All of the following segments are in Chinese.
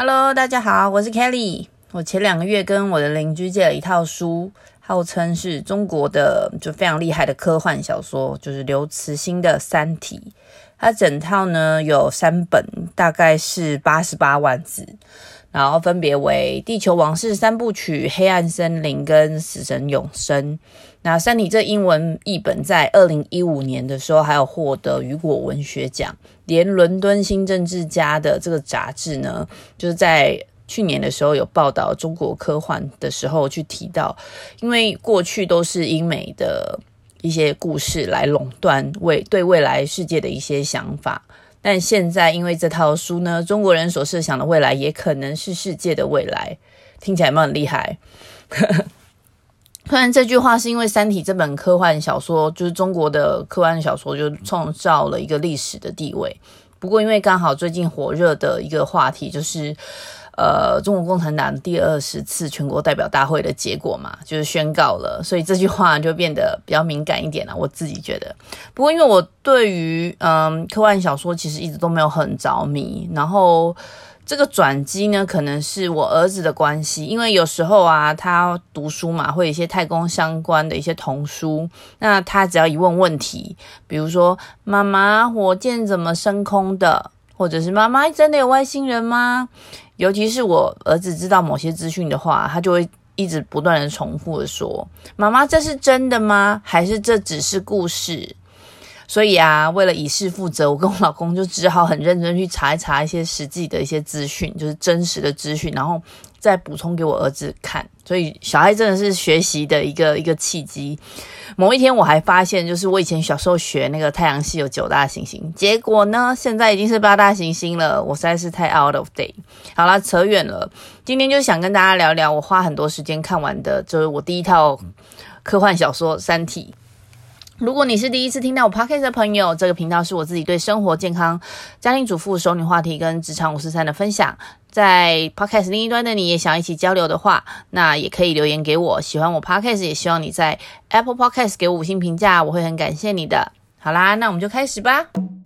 Hello， 大家好，我是 Kelly。我前2个月跟我的邻居借了一套书，号称是中国的就非常厉害的科幻小说，就是刘慈欣的《三体》。它整套呢有3本，大概是88万字，然后分别为《地球往事3部曲》、《黑暗森林》跟《死神永生》。那《三体》这英文译本在2015年的时候还有获得雨果文学奖，连伦敦新政治家的这个杂志呢，就是在去年的时候有报道中国科幻的时候去提到，因为过去都是英美的一些故事来垄断对未来世界的一些想法，但现在因为这套书呢，中国人所设想的未来也可能是世界的未来，听起来有没有很厉害？突然这句话是因为《三体》这本科幻小说，就是中国的科幻小说，就创造了一个历史的地位。不过因为刚好最近火热的一个话题就是中国共产党第20次全国代表大会的结果嘛，就是宣告了，所以这句话就变得比较敏感一点了，我自己觉得。不过因为我对于科幻小说其实一直都没有很着迷，然后这个转机呢，可能是我儿子的关系，因为有时候啊，他读书嘛，会有一些太空相关的一些童书，那他只要一问问题，比如说妈妈，火箭怎么升空的，或者是妈妈真的有外星人吗？尤其是我儿子知道某些资讯的话，他就会一直不断的重复的说，妈妈这是真的吗？还是这只是故事？所以啊，为了以事负责，我跟我老公就只好很认真去查一查一些实际的一些资讯，就是真实的资讯，然后再补充给我儿子看。所以小孩真的是学习的一个契机。某一天我还发现，就是我以前小时候学那个太阳系有9大行星，结果呢现在已经是8大行星了，我实在是太 out of date。好啦，扯远了，今天就想跟大家聊聊我花很多时间看完的，就是我第一套科幻小说《三体》。如果你是第一次听到我 Podcast 的朋友，这个频道是我自己对生活、健康、家庭主妇、熟女话题跟职场543的分享。在 Podcast 另一端的你也想一起交流的话，那也可以留言给我。喜欢我 Podcast 也希望你在 Apple Podcast 给我5星评价，我会很感谢你的。好啦，那我们就开始吧。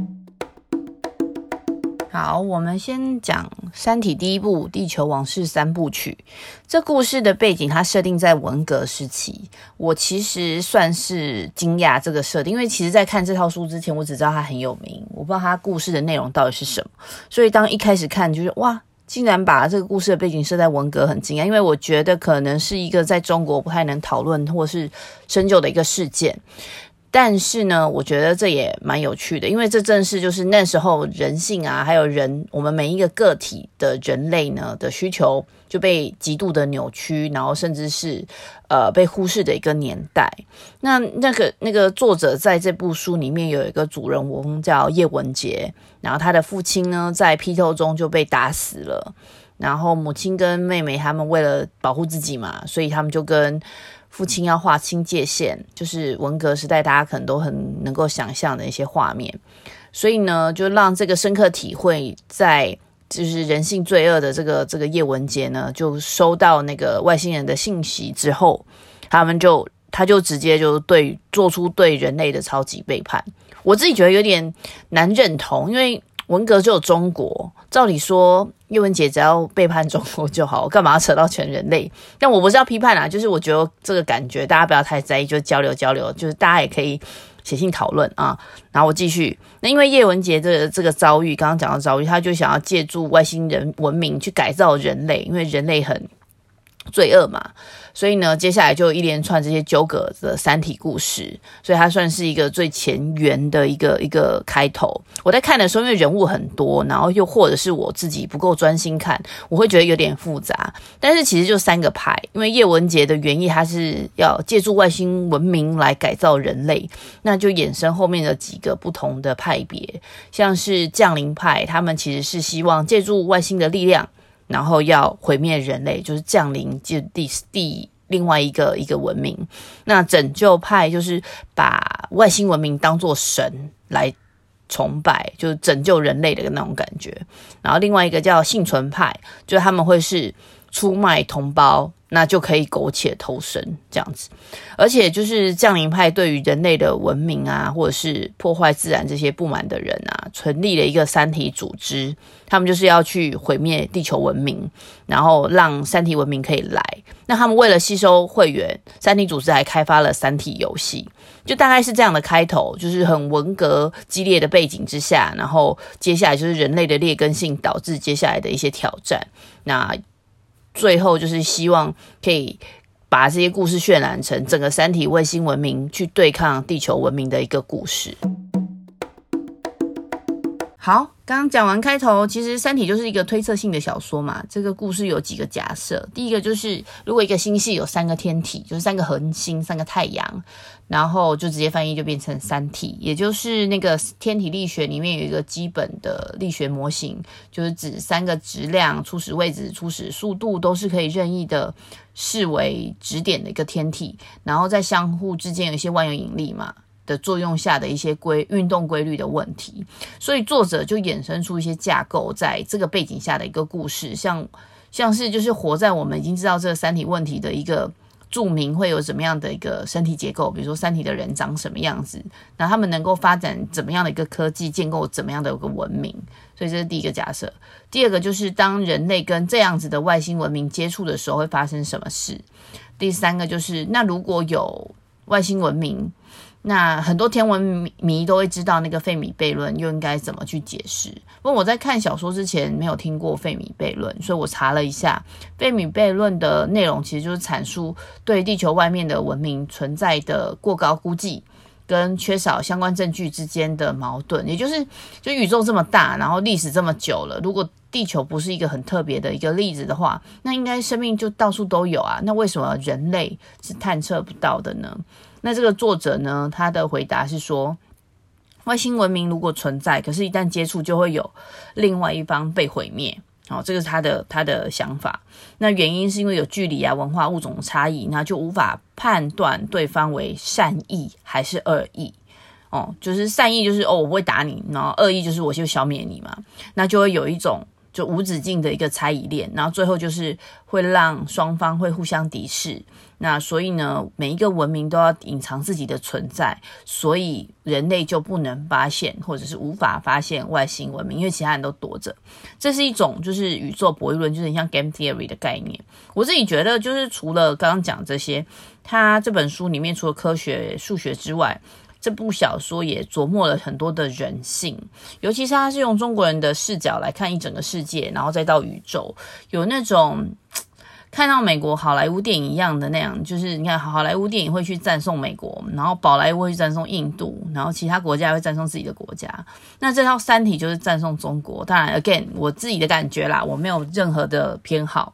好，我们先讲《三体》第一部《地球往事3部曲》。这故事的背景它设定在文革时期，我其实算是惊讶这个设定，因为其实在看这套书之前，我只知道它很有名，我不知道它故事的内容到底是什么，所以当一开始看就是哇，竟然把这个故事的背景设在文革，很惊讶，因为我觉得可能是一个在中国不太能讨论或是深究的一个事件。但是呢，我觉得这也蛮有趣的，因为这正是就是那时候人性啊，还有我们每一个个体的人类呢的需求就被极度的扭曲，然后甚至是被忽视的一个年代。那个作者在这部书里面有一个主人翁叫叶文洁，然后他的父亲呢在批斗中就被打死了，然后母亲跟妹妹他们为了保护自己嘛，所以他们就跟父亲要划清界限，就是文革时代大家可能都很能够想象的一些画面，所以呢就让这个深刻体会，在就是人性罪恶的这个叶文洁呢，就收到那个外星人的信息之后，他就直接就做出对人类的超级背叛。我自己觉得有点难认同，因为文革只有中国，照理说叶文洁只要背叛中国就好，干嘛要扯到全人类？但我不是要批判啦，就是我觉得这个感觉大家不要太在意，就交流，就是大家也可以写信讨论啊。然后我继续，那因为叶文洁这个遭遇，刚刚讲到遭遇，他就想要借助外星人文明去改造人类，因为人类很罪恶嘛，所以呢接下来就有一连串这些纠葛的三体故事，所以它算是一个最前缘的一个开头。我在看的时候，因为人物很多，然后又或者是我自己不够专心看，我会觉得有点复杂，但是其实就3个派，因为叶文洁的原意它是要借助外星文明来改造人类，那就衍生后面的几个不同的派别，像是降临派，他们其实是希望借助外星的力量，然后要毁灭人类，就是降临就另外一个文明。那拯救派就是把外星文明当作神来崇拜，就是拯救人类的那种感觉。然后另外一个叫幸存派，就是他们会是出卖同胞， 那就可以苟且偷生这样子。而且就是降临派对于人类的文明啊，或者是破坏自然这些不满的人啊，成立了一个三体组织，他们就是要去毁灭地球文明，然后让三体文明可以来。那他们为了吸收会员，三体组织还开发了三体游戏，就大概是这样的开头，就是很文革激烈的背景之下，然后接下来就是人类的劣根性导致接下来的一些挑战。那最后就是希望可以把这些故事渲染成整个三体卫星文明去对抗地球文明的一个故事。好，刚刚讲完开头，其实三体就是一个推测性的小说嘛。这个故事有几个假设，第一个就是如果一个星系有3个天体，就是3个恒星3个太阳，然后就直接翻译就变成三体，也就是那个天体力学里面有一个基本的力学模型，就是指3个质量、初始位置、初始速度都是可以任意的视为质点的一个天体，然后在相互之间有一些万有引力嘛的作用下的一些运动规律的问题，所以作者就衍生出一些架构，在这个背景下的一个故事，像是就是活在我们已经知道这个三体问题的一个著名会有怎么样的一个身体结构，比如说三体的人长什么样子，那他们能够发展怎么样的一个科技，建构怎么样的一个文明，所以这是第一个假设。第二个就是当人类跟这样子的外星文明接触的时候会发生什么事。第三个就是那如果有外星文明，那很多天文迷都会知道那个费米悖论又应该怎么去解释。不过我在看小说之前没有听过费米悖论，所以我查了一下，费米悖论的内容其实就是阐述对地球外面的文明存在的过高估计跟缺少相关证据之间的矛盾。也就是宇宙这么大，然后历史这么久了，如果地球不是一个很特别的一个例子的话，那应该生命就到处都有啊，那为什么人类是探测不到的呢？那这个作者呢，他的回答是说，外星文明如果存在，可是一旦接触就会有另外一方被毁灭。这个是他的想法。那原因是因为有距离啊、文化、物种的差异，那就无法判断对方为善意还是恶意。就是善意就是我不会打你，然后恶意就是我就消灭你嘛，那就会有一种就无止境的一个猜疑链，然后最后就是会让双方会互相敌视。那所以呢，每一个文明都要隐藏自己的存在，所以人类就不能发现或者是无法发现外星文明，因为其他人都躲着。这是一种就是宇宙博弈论，就是很像 game theory 的概念。我自己觉得就是除了刚刚讲这些，他这本书里面除了科学数学之外，这部小说也琢磨了很多的人性，尤其是他是用中国人的视角来看一整个世界，然后再到宇宙，有那种看到美国好莱坞电影一样的那样，就是你看好莱坞电影会去赞颂美国，然后宝莱坞会去赞颂印度，然后其他国家会赞颂自己的国家。那这套三体就是赞颂中国，当然 again 我自己的感觉啦，我没有任何的偏好。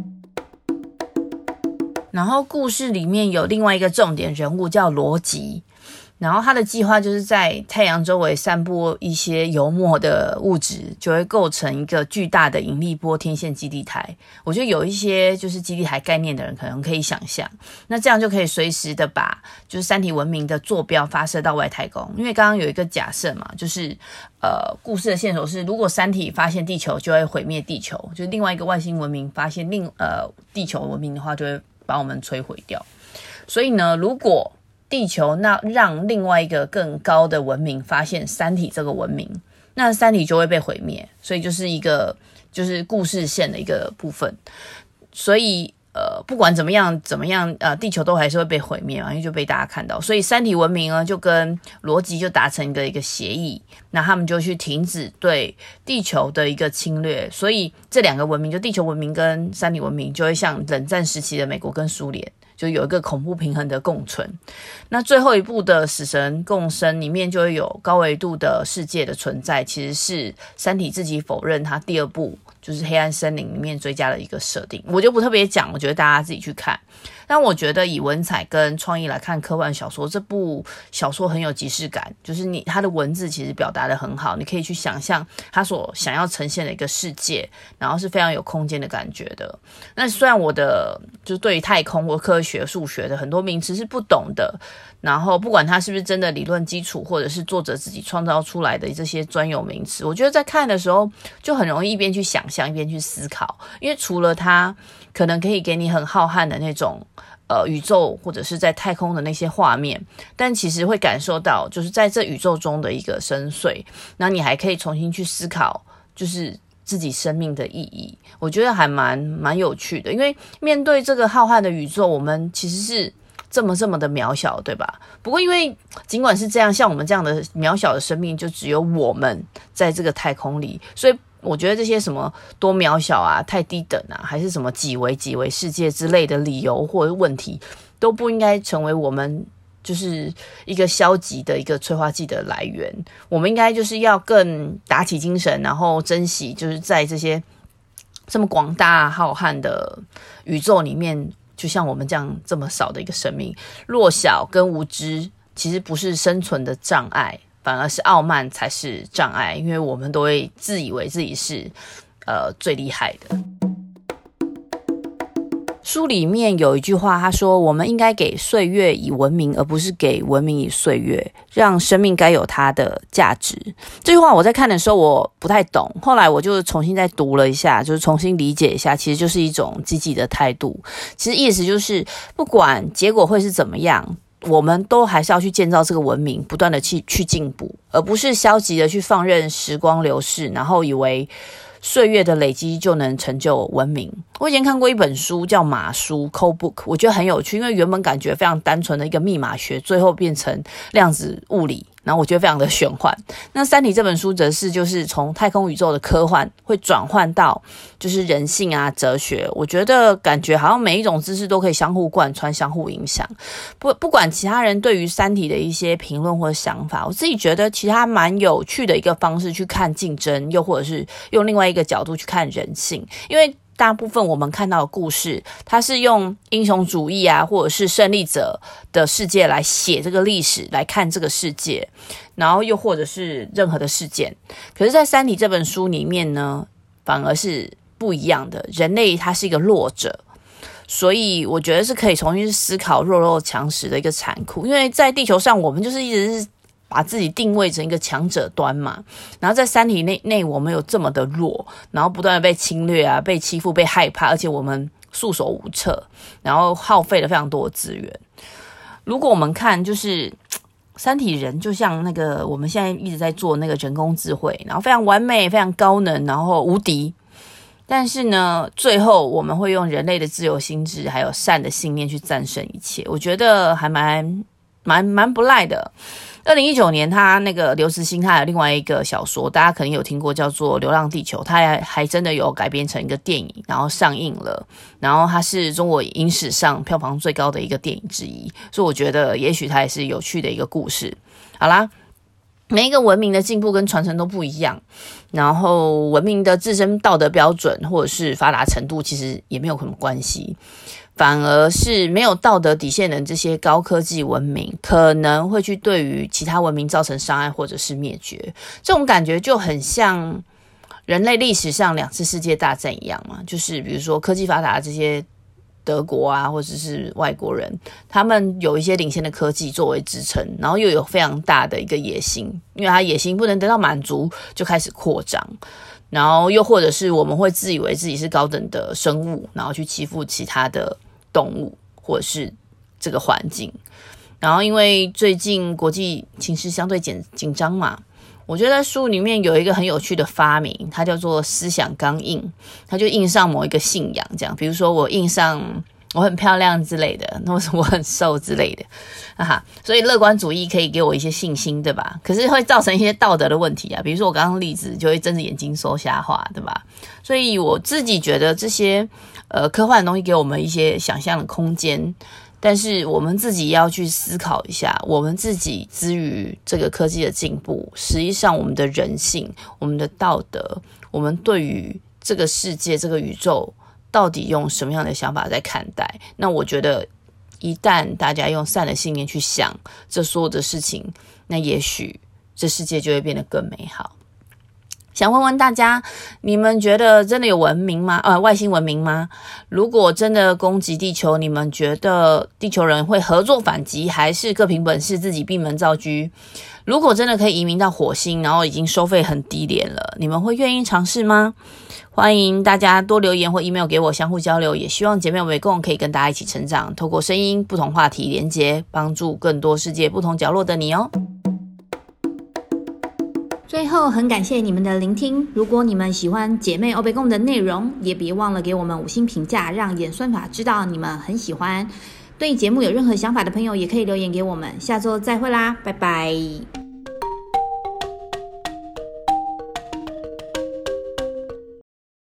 然后故事里面有另外一个重点人物叫罗辑，然后他的计划就是在太阳周围散布一些油墨的物质，就会构成一个巨大的引力波天线基地台。我觉得有一些就是基地台概念的人可能可以想象，那这样就可以随时的把就是三体文明的坐标发射到外太空。因为刚刚有一个假设嘛，就是故事的线索是如果三体发现地球就会毁灭地球，就是另外一个外星文明发现地球文明的话就会把我们摧毁掉。所以呢，如果地球那让另外一个更高的文明发现三体这个文明，那三体就会被毁灭，所以就是一个就是故事线的一个部分。所以不管怎么样地球都还是会被毁灭嘛，因为就被大家看到。所以三体文明呢就跟逻辑就达成一个协议，那他们就去停止对地球的一个侵略。所以这两个文明就地球文明跟三体文明就会像冷战时期的美国跟苏联，就有一个恐怖平衡的共存。那最后一部的死神共生里面就会有高维度的世界的存在，其实是三体自己否认它第二部就是黑暗森林里面追加了一个设定，我就不特别讲，我觉得大家自己去看。但我觉得以文采跟创意来看科幻小说，这部小说很有即视感，就是它的文字其实表达得很好，你可以去想象它所想要呈现的一个世界，然后是非常有空间的感觉的。那虽然我的就是对于太空或科学学数学的，很多名词是不懂的，然后不管它是不是真的理论基础，或者是作者自己创造出来的这些专有名词，我觉得在看的时候就很容易一边去想象一边去思考，因为除了它可能可以给你很浩瀚的那种宇宙或者是在太空的那些画面，但其实会感受到就是在这宇宙中的一个深邃，那你还可以重新去思考就是自己生命的意义，我觉得还蛮有趣的。因为面对这个浩瀚的宇宙，我们其实是这么的渺小，对吧？不过因为尽管是这样，像我们这样的渺小的生命就只有我们在这个太空里，所以我觉得这些什么多渺小啊、太低等啊，还是什么几维世界之类的理由或者问题，都不应该成为我们就是一个消极的一个催化剂的来源。我们应该就是要更打起精神，然后珍惜就是在这些这么广大浩瀚的宇宙里面，就像我们这样这么少的一个生命，弱小跟无知其实不是生存的障碍，反而是傲慢才是障碍，因为我们都会自以为自己是最厉害的。书里面有一句话，他说我们应该给岁月以文明，而不是给文明以岁月，让生命该有它的价值。这句话我在看的时候我不太懂，后来我就重新再读了一下，就是重新理解一下，其实就是一种积极的态度。其实意思就是不管结果会是怎么样，我们都还是要去建造这个文明，不断的去进步，而不是消极的去放任时光流逝，然后以为岁月的累积就能成就文明。我以前看过一本书叫马书 Code Book， 我觉得很有趣，因为原本感觉非常单纯的一个密码学，最后变成量子物理，然后我觉得非常的玄幻。那三体这本书则是就是从太空宇宙的科幻会转换到就是人性啊哲学，我觉得感觉好像每一种知识都可以相互贯穿相互影响。不管其他人对于三体的一些评论或想法，我自己觉得其实还蛮有趣的一个方式去看竞争，又或者是用另外一个角度去看人性。因为大部分我们看到的故事，它是用英雄主义啊，或者是胜利者的世界来写这个历史，来看这个世界，然后又或者是任何的事件。可是在三体这本书里面呢，反而是不一样的，人类他是一个弱者，所以我觉得是可以重新思考弱肉强食的一个残酷。因为在地球上我们就是一直是把自己定位成一个强者端嘛，然后在三体内我们有这么的弱，然后不断的被侵略啊，被欺负，被害怕，而且我们束手无策，然后耗费了非常多的资源。如果我们看就是三体人就像那个我们现在一直在做那个人工智慧，然后非常完美，非常高能，然后无敌，但是呢最后我们会用人类的自由心智还有善的信念去战胜一切，我觉得还蛮不赖的。2019年他那个刘慈欣他有另外一个小说，大家可能有听过，叫做《流浪地球》，他还真的有改编成一个电影，然后上映了，然后它是中国影史上票房最高的一个电影之一，所以我觉得也许它也是有趣的一个故事。好啦，每一个文明的进步跟传承都不一样，然后文明的自身道德标准或者是发达程度其实也没有什么关系，反而是没有道德底线的这些高科技文明可能会去对于其他文明造成伤害或者是灭绝。这种感觉就很像人类历史上2次世界大战一样嘛，就是比如说科技发达的这些德国啊或者是外国人，他们有一些领先的科技作为支撑，然后又有非常大的一个野心，因为他野心不能得到满足就开始扩张，然后又或者是我们会自以为自己是高等的生物，然后去欺负其他的动物或者是这个环境。然后因为最近国际情势相对紧张嘛，我觉得在书里面有一个很有趣的发明，它叫做思想钢印，它就印上某一个信仰，这样比如说我印上我很漂亮之类的，或者我很瘦之类的，所以乐观主义可以给我一些信心，对吧？可是会造成一些道德的问题啊，比如说我刚刚例子就会睁着眼睛说瞎话，对吧？所以我自己觉得这些科幻的东西给我们一些想象的空间，但是我们自己要去思考一下，我们自己之于这个科技的进步，实际上我们的人性，我们的道德，我们对于这个世界这个宇宙到底用什么样的想法在看待。那我觉得一旦大家用善的信念去想这所有的事情，那也许这世界就会变得更美好。 想问问大家，你们觉得真的有文明吗？外星文明吗？如果真的攻击地球，你们觉得地球人会合作反击，还是各凭本事自己闭门造车？如果真的可以移民到火星，然后已经收费很低廉了，你们会愿意尝试吗？欢迎大家多留言或 email 给我，相互交流，也希望姐妹围共可以跟大家一起成长，透过声音不同话题连结，帮助更多世界不同角落的你哦。 最后很感谢你们的聆听，如果你们喜欢姐妹欧北共的内容，也别忘了给我们5星评价，让演算法知道你们很喜欢。对节目有任何想法的朋友也可以留言给我们，下周再会啦，拜拜。